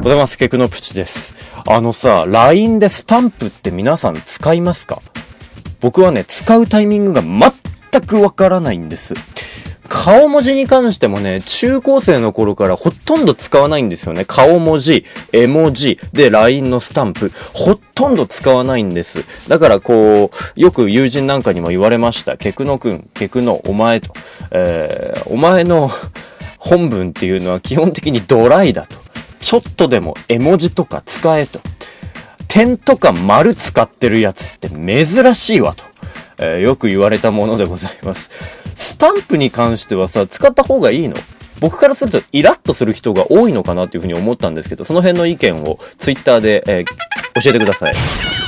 ございます。ケクノプチです。LINE でスタンプって皆さん使いますか？僕はね、使うタイミングが全くわからないんです。顔文字に関してもね、中高生の頃からほとんど使わないんですよね。顔文字、絵文字、で LINE のスタンプ、ほとんど使わないんです。だからよく友人なんかにも言われました。ケクノくん、ケクノ、お前と。お前の本文っていうのは基本的にドライだと。ちょっとでも絵文字とか使えと。点とか丸使ってるやつって珍しいわと。よく言われたものでございます。スタンプに関してはさ、使った方がいいの？僕からするとイラッとする人が多いのかなっていうふうに思ったんですけど、その辺の意見をツイッターで、教えてください。